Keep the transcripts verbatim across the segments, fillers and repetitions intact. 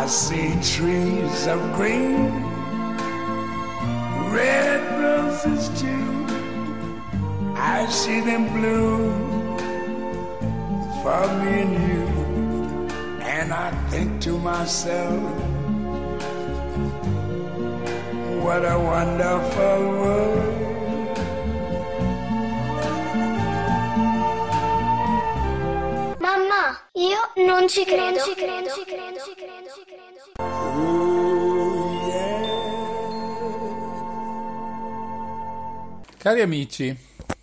see trees of green, red roses too. I see them bloom for me and you. And I think to myself, what a wonderful world. Mamma, io non ci credo. Non ci credo. Non ci credo. Non ci credo. Oh, yeah. Cari amici,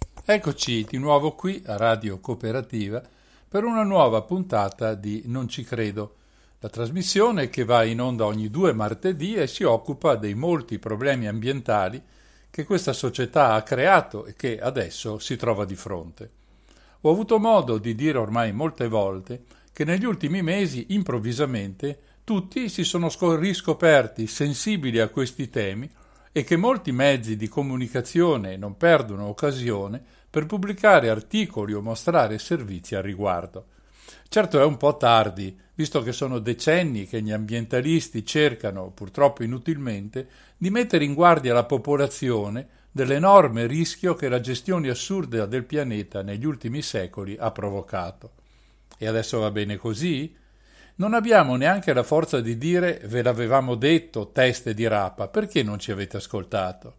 eccoci di nuovo qui a Radio Cooperativa per una nuova puntata di Non ci credo, la trasmissione che va in onda ogni due martedì e si occupa dei molti problemi ambientali che questa società ha creato e che adesso si trova di fronte. Ho avuto modo di dire ormai molte volte che negli ultimi mesi, improvvisamente, tutti si sono riscoperti sensibili a questi temi e che molti mezzi di comunicazione non perdono occasione per pubblicare articoli o mostrare servizi al riguardo. Certo è un po' tardi, visto che sono decenni che gli ambientalisti cercano, purtroppo inutilmente, di mettere in guardia la popolazione dell'enorme rischio che la gestione assurda del pianeta negli ultimi secoli ha provocato. E adesso va bene così? Non abbiamo neanche la forza di dire «ve l'avevamo detto, teste di rapa, perché non ci avete ascoltato?»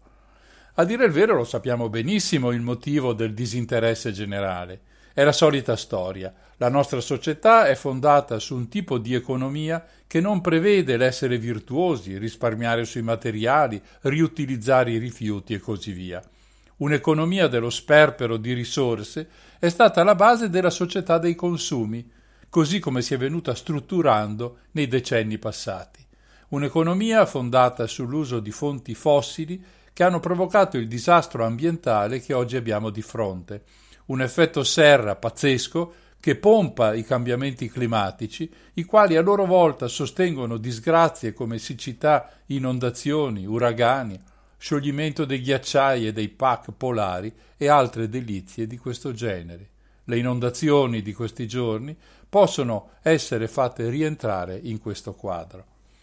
A dire il vero lo sappiamo benissimo il motivo del disinteresse generale. È la solita storia. La nostra società è fondata su un tipo di economia che non prevede l'essere virtuosi, risparmiare sui materiali, riutilizzare i rifiuti e così via. Un'economia dello sperpero di risorse è stata la base della società dei consumi, così come si è venuta strutturando nei decenni passati. Un'economia fondata sull'uso di fonti fossili che hanno provocato il disastro ambientale che oggi abbiamo di fronte. Un effetto serra pazzesco che pompa i cambiamenti climatici, i quali a loro volta sostengono disgrazie come siccità, inondazioni, uragani, scioglimento dei ghiacciai e dei pack polari e altre delizie di questo genere. Le inondazioni di questi giorni possono essere fatte rientrare in questo quadro.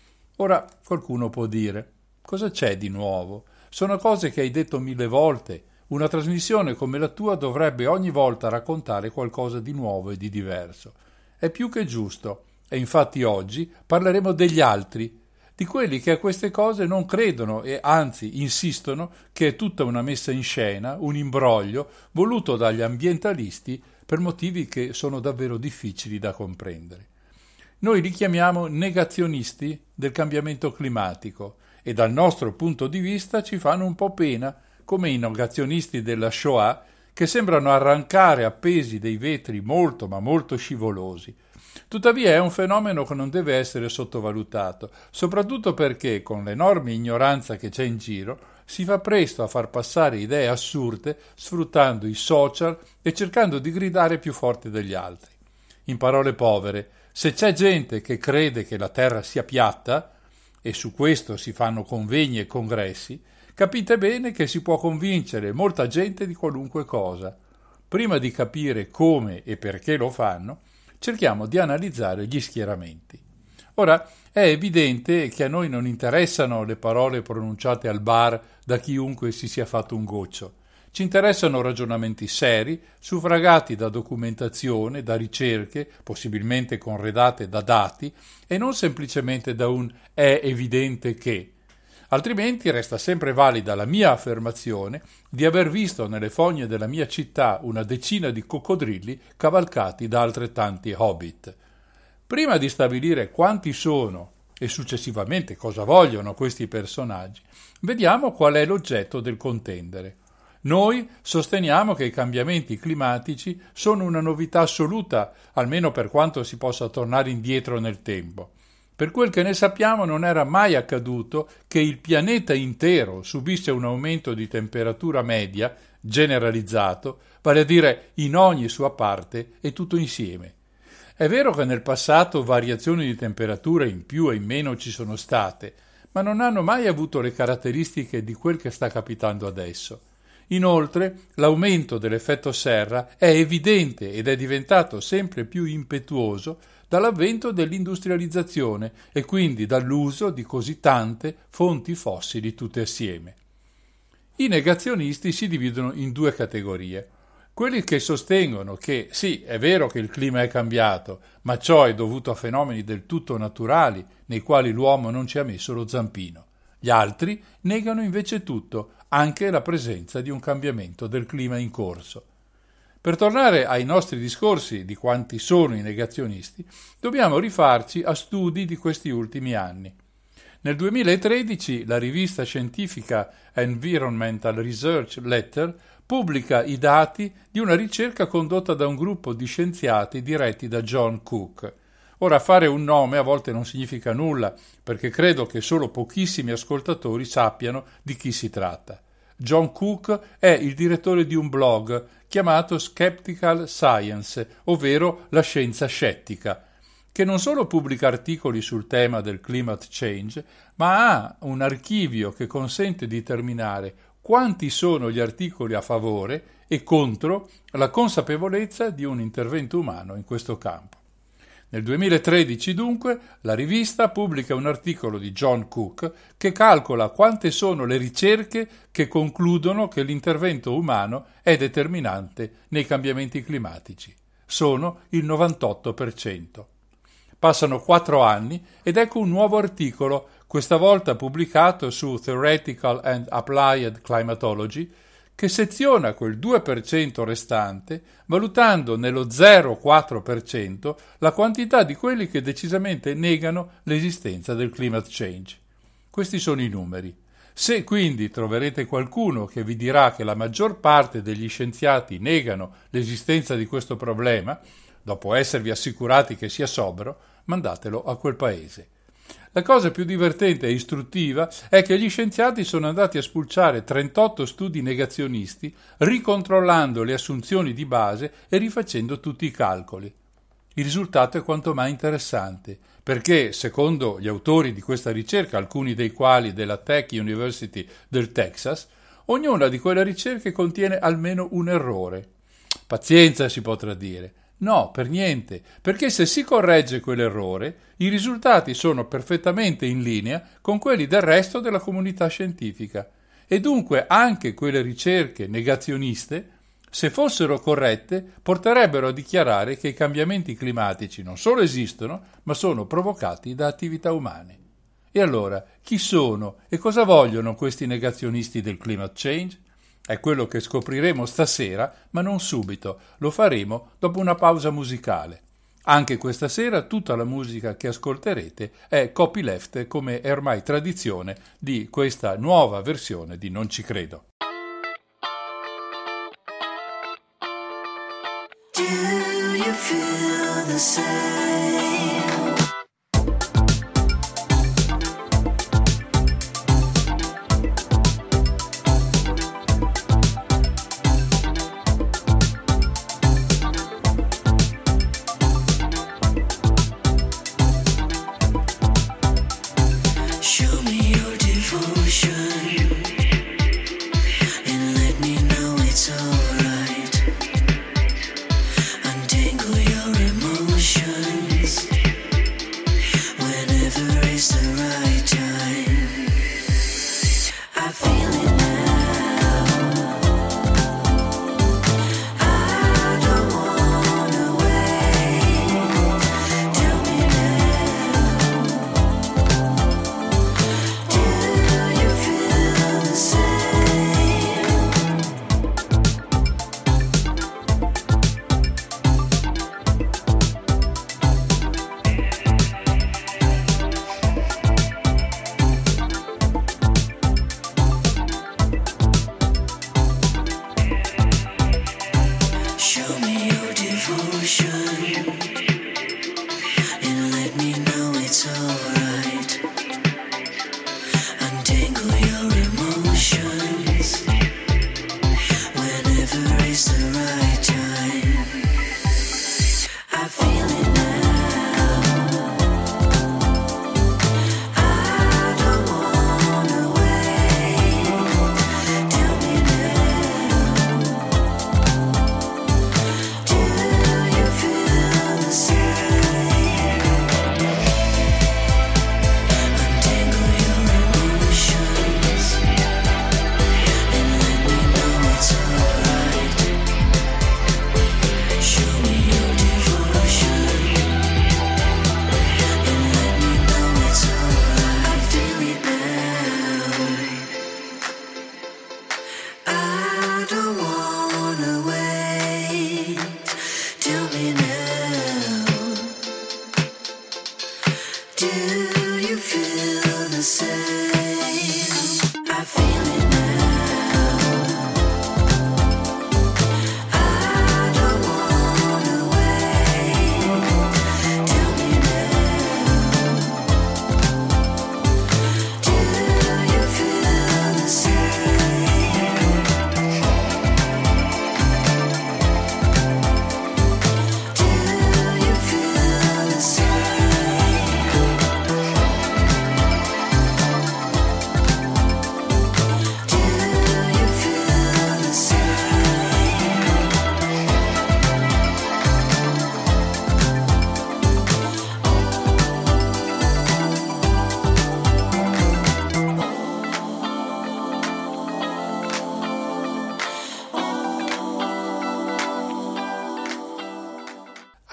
Ora qualcuno può dire: cosa c'è di nuovo? Sono cose che hai detto mille volte. Una trasmissione come la tua dovrebbe ogni volta raccontare qualcosa di nuovo e di diverso. È più che giusto, e infatti oggi parleremo degli altri, di quelli che a queste cose non credono e anzi insistono che è tutta una messa in scena, un imbroglio voluto dagli ambientalisti per motivi che sono davvero difficili da comprendere. Noi li chiamiamo negazionisti del cambiamento climatico e dal nostro punto di vista ci fanno un po' pena, come i negazionisti della Shoah, che sembrano arrancare appesi dei vetri molto ma molto scivolosi. Tuttavia è un fenomeno che non deve essere sottovalutato, soprattutto perché, con l'enorme ignoranza che c'è in giro, si fa presto a far passare idee assurde sfruttando i social e cercando di gridare più forte degli altri. In parole povere, se c'è gente che crede che la Terra sia piatta, e su questo si fanno convegni e congressi, capite bene che si può convincere molta gente di qualunque cosa. Prima di capire come e perché lo fanno, cerchiamo di analizzare gli schieramenti. Ora, è evidente che a noi non interessano le parole pronunciate al bar da chiunque si sia fatto un goccio. Ci interessano ragionamenti seri, suffragati da documentazione, da ricerche, possibilmente corredate da dati, e non semplicemente da un «è evidente che». Altrimenti resta sempre valida la mia affermazione di aver visto nelle fogne della mia città una decina di coccodrilli cavalcati da altrettanti hobbit. Prima di stabilire quanti sono e successivamente cosa vogliono questi personaggi, vediamo qual è l'oggetto del contendere. Noi sosteniamo che i cambiamenti climatici sono una novità assoluta, almeno per quanto si possa tornare indietro nel tempo. Per quel che ne sappiamo non era mai accaduto che il pianeta intero subisse un aumento di temperatura media generalizzato, vale a dire in ogni sua parte e tutto insieme. È vero che nel passato variazioni di temperatura in più e in meno ci sono state, ma non hanno mai avuto le caratteristiche di quel che sta capitando adesso. Inoltre, l'aumento dell'effetto serra è evidente ed è diventato sempre più impetuoso dall'avvento dell'industrializzazione e quindi dall'uso di così tante fonti fossili tutte assieme. I negazionisti si dividono in due categorie. Quelli che sostengono che sì, è vero che il clima è cambiato, ma ciò è dovuto a fenomeni del tutto naturali nei quali l'uomo non ci ha messo lo zampino. Gli altri negano invece tutto, anche la presenza di un cambiamento del clima in corso. Per tornare ai nostri discorsi di quanti sono i negazionisti, dobbiamo rifarci a studi di questi ultimi anni. Nel duemilatredici la rivista scientifica Environmental Research Letter pubblica i dati di una ricerca condotta da un gruppo di scienziati diretti da John Cook. Ora, fare un nome a volte non significa nulla, perché credo che solo pochissimi ascoltatori sappiano di chi si tratta. John Cook è il direttore di un blog chiamato Skeptical Science, ovvero la scienza scettica, che non solo pubblica articoli sul tema del climate change, ma ha un archivio che consente di determinare quanti sono gli articoli a favore e contro la consapevolezza di un intervento umano in questo campo. Nel duemilatredici, dunque, la rivista pubblica un articolo di John Cook che calcola quante sono le ricerche che concludono che l'intervento umano è determinante nei cambiamenti climatici. Sono il novantotto per cento. Passano quattro anni ed ecco un nuovo articolo, questa volta pubblicato su Theoretical and Applied Climatology, che seziona quel due per cento restante, valutando nello zero virgola quattro per cento la quantità di quelli che decisamente negano l'esistenza del climate change. Questi sono i numeri. Se quindi troverete qualcuno che vi dirà che la maggior parte degli scienziati negano l'esistenza di questo problema, dopo esservi assicurati che sia sobrio, mandatelo a quel paese. La cosa più divertente e istruttiva è che gli scienziati sono andati a spulciare trentotto studi negazionisti, ricontrollando le assunzioni di base e rifacendo tutti i calcoli. Il risultato è quanto mai interessante, perché, secondo gli autori di questa ricerca, alcuni dei quali della Tech University del Texas, ognuna di quelle ricerche contiene almeno un errore. Pazienza, si potrà dire. No, per niente, perché se si corregge quell'errore, i risultati sono perfettamente in linea con quelli del resto della comunità scientifica e dunque anche quelle ricerche negazioniste, se fossero corrette, porterebbero a dichiarare che i cambiamenti climatici non solo esistono, ma sono provocati da attività umane. E allora, chi sono e cosa vogliono questi negazionisti del climate change? È quello che scopriremo stasera, ma non subito, lo faremo dopo una pausa musicale. Anche questa sera tutta la musica che ascolterete è copyleft, come è ormai tradizione di questa nuova versione di Non ci credo. Do you feel the same?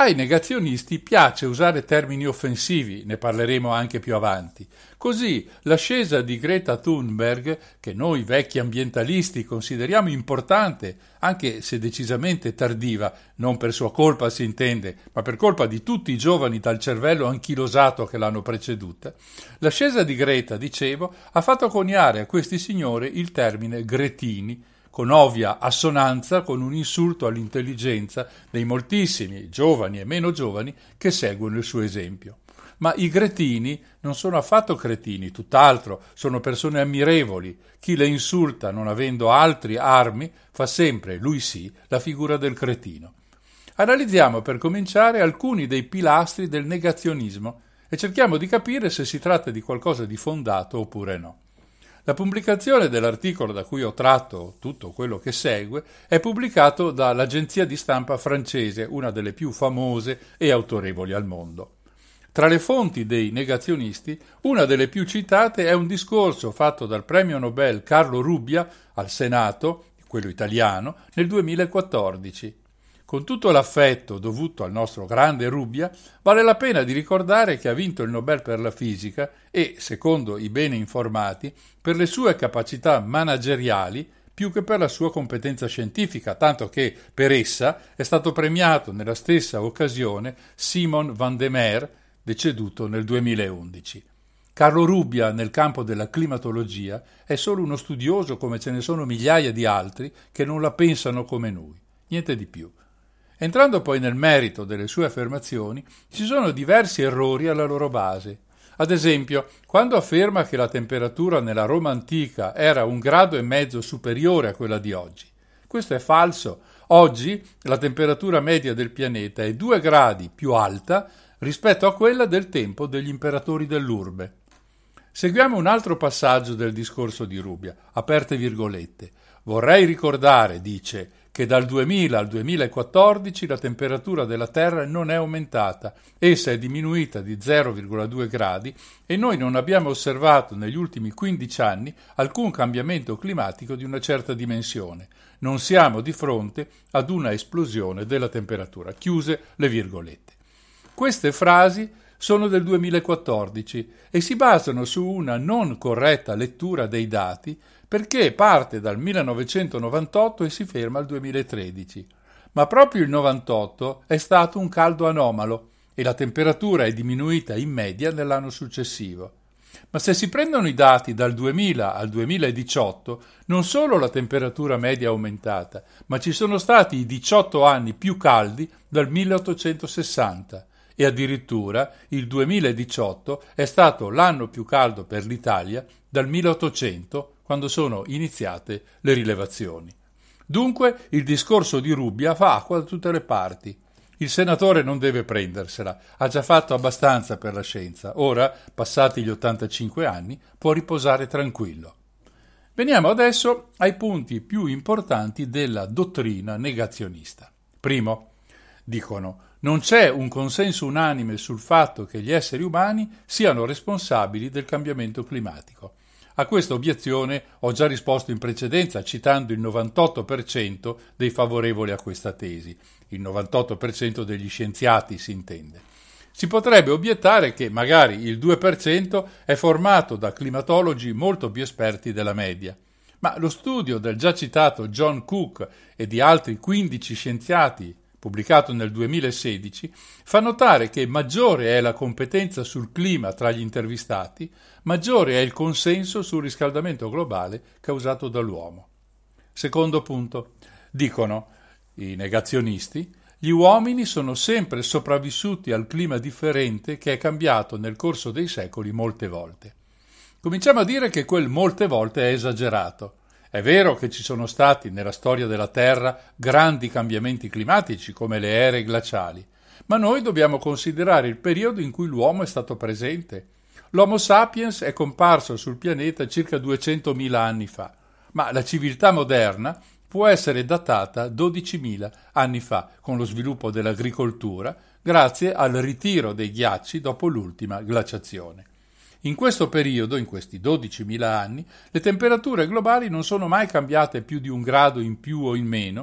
Ai negazionisti piace usare termini offensivi, ne parleremo anche più avanti. Così l'ascesa di Greta Thunberg, che noi vecchi ambientalisti consideriamo importante, anche se decisamente tardiva, non per sua colpa si intende, ma per colpa di tutti i giovani dal cervello anchilosato che l'hanno preceduta, l'ascesa di Greta, dicevo, ha fatto coniare a questi signori il termine gretini, con ovvia assonanza con un insulto all'intelligenza dei moltissimi, giovani e meno giovani, che seguono il suo esempio. Ma i gretini non sono affatto cretini, tutt'altro, sono persone ammirevoli. Chi le insulta non avendo altri armi fa sempre, lui sì, la figura del cretino. Analizziamo per cominciare alcuni dei pilastri del negazionismo e cerchiamo di capire se si tratta di qualcosa di fondato oppure no. La pubblicazione dell'articolo da cui ho tratto tutto quello che segue è pubblicato dall'agenzia di stampa francese, una delle più famose e autorevoli al mondo. Tra le fonti dei negazionisti, una delle più citate è un discorso fatto dal premio Nobel Carlo Rubbia al Senato, quello italiano, nel duemilaquattordici. Con tutto l'affetto dovuto al nostro grande Rubbia, vale la pena di ricordare che ha vinto il Nobel per la fisica e, secondo i bene informati, per le sue capacità manageriali più che per la sua competenza scientifica, tanto che per essa è stato premiato nella stessa occasione Simon van der Meer, deceduto nel duemilaundici. Carlo Rubbia, nel campo della climatologia, è solo uno studioso come ce ne sono migliaia di altri che non la pensano come noi, niente di più. Entrando poi nel merito delle sue affermazioni, ci sono diversi errori alla loro base. Ad esempio, quando afferma che la temperatura nella Roma antica era un grado e mezzo superiore a quella di oggi. Questo è falso. Oggi la temperatura media del pianeta è due gradi più alta rispetto a quella del tempo degli imperatori dell'urbe. Seguiamo un altro passaggio del discorso di Rubbia, aperte virgolette. Vorrei ricordare, dice, che dal duemila al duemilaquattordici la temperatura della Terra non è aumentata, essa è diminuita di zero virgola due gradi e noi non abbiamo osservato negli ultimi quindici anni alcun cambiamento climatico di una certa dimensione. Non siamo di fronte ad una esplosione della temperatura. Chiuse le virgolette. Queste frasi sono del duemilaquattordici e si basano su una non corretta lettura dei dati perché parte dal millenovecentonovantotto e si ferma al duemilatredici. Ma proprio il novantotto è stato un caldo anomalo e la temperatura è diminuita in media nell'anno successivo. Ma se si prendono i dati dal duemila al duemiladiciotto, non solo la temperatura media è aumentata, ma ci sono stati i diciotto anni più caldi dal milleottocentosessanta. E addirittura il duemiladiciotto è stato l'anno più caldo per l'Italia dal milleottocento, quando sono iniziate le rilevazioni. Dunque il discorso di Rubbia fa acqua da tutte le parti. Il senatore non deve prendersela, ha già fatto abbastanza per la scienza, ora, passati gli ottantacinque anni, può riposare tranquillo. Veniamo adesso ai punti più importanti della dottrina negazionista. Primo, dicono, non c'è un consenso unanime sul fatto che gli esseri umani siano responsabili del cambiamento climatico. A questa obiezione ho già risposto in precedenza citando il novantotto per cento dei favorevoli a questa tesi, il novantotto per cento degli scienziati si intende. Si potrebbe obiettare che magari il due per cento è formato da climatologi molto più esperti della media, ma lo studio del già citato John Cook e di altri quindici scienziati pubblicato nel duemilasedici, fa notare che maggiore è la competenza sul clima tra gli intervistati, maggiore è il consenso sul riscaldamento globale causato dall'uomo. Secondo punto, dicono i negazionisti, gli uomini sono sempre sopravvissuti al clima differente che è cambiato nel corso dei secoli molte volte. Cominciamo a dire che quel molte volte è esagerato. È vero che ci sono stati nella storia della Terra grandi cambiamenti climatici come le ere glaciali, ma noi dobbiamo considerare il periodo in cui l'uomo è stato presente. L'Homo sapiens è comparso sul pianeta circa duecentomila anni fa, ma la civiltà moderna può essere datata dodicimila anni fa, con lo sviluppo dell'agricoltura, grazie al ritiro dei ghiacci dopo l'ultima glaciazione. In questo periodo, in questi dodicimila anni, le temperature globali non sono mai cambiate più di un grado in più o in meno,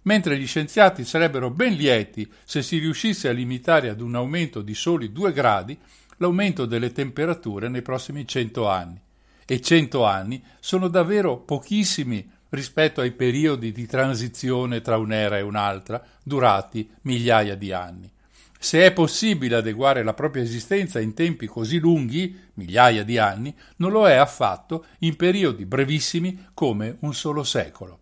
mentre gli scienziati sarebbero ben lieti se si riuscisse a limitare ad un aumento di soli due gradi l'aumento delle temperature nei prossimi cento anni. E cento anni sono davvero pochissimi rispetto ai periodi di transizione tra un'era e un'altra, durati migliaia di anni. Se è possibile adeguare la propria esistenza in tempi così lunghi, migliaia di anni, non lo è affatto in periodi brevissimi come un solo secolo.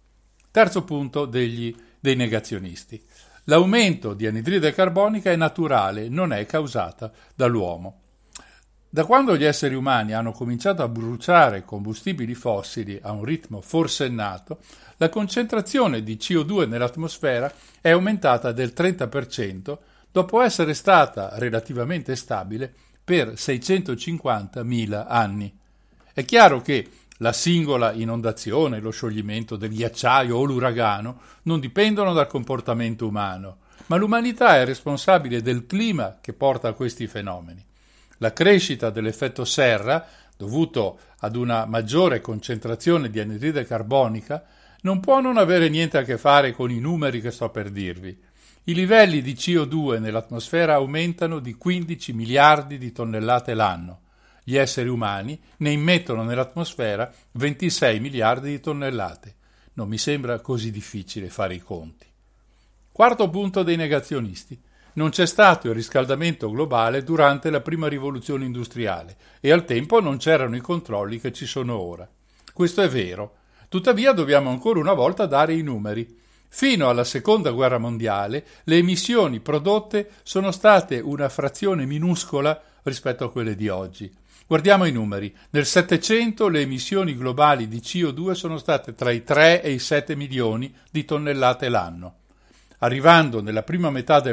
Terzo punto degli, dei negazionisti. L'aumento di anidride carbonica è naturale, non è causata dall'uomo. Da quando gli esseri umani hanno cominciato a bruciare combustibili fossili a un ritmo forsennato, la concentrazione di C O due nell'atmosfera è aumentata del trenta per cento dopo essere stata relativamente stabile per seicentocinquantamila anni. È chiaro che la singola inondazione, lo scioglimento del ghiacciaio o l'uragano non dipendono dal comportamento umano, ma l'umanità è responsabile del clima che porta a questi fenomeni. La crescita dell'effetto serra, dovuto ad una maggiore concentrazione di anidride carbonica, non può non avere niente a che fare con i numeri che sto per dirvi. I livelli di C O due nell'atmosfera aumentano di quindici miliardi di tonnellate l'anno. Gli esseri umani ne immettono nell'atmosfera ventisei miliardi di tonnellate. Non mi sembra così difficile fare i conti. Quarto punto dei negazionisti. Non c'è stato il riscaldamento globale durante la prima rivoluzione industriale e al tempo non c'erano i controlli che ci sono ora. Questo è vero. Tuttavia dobbiamo ancora una volta dare i numeri. Fino alla seconda guerra mondiale le emissioni prodotte sono state una frazione minuscola rispetto a quelle di oggi. Guardiamo i numeri. Nel Settecento le emissioni globali di C O due sono state tra i tre e i sette milioni di tonnellate l'anno. Arrivando nella prima metà del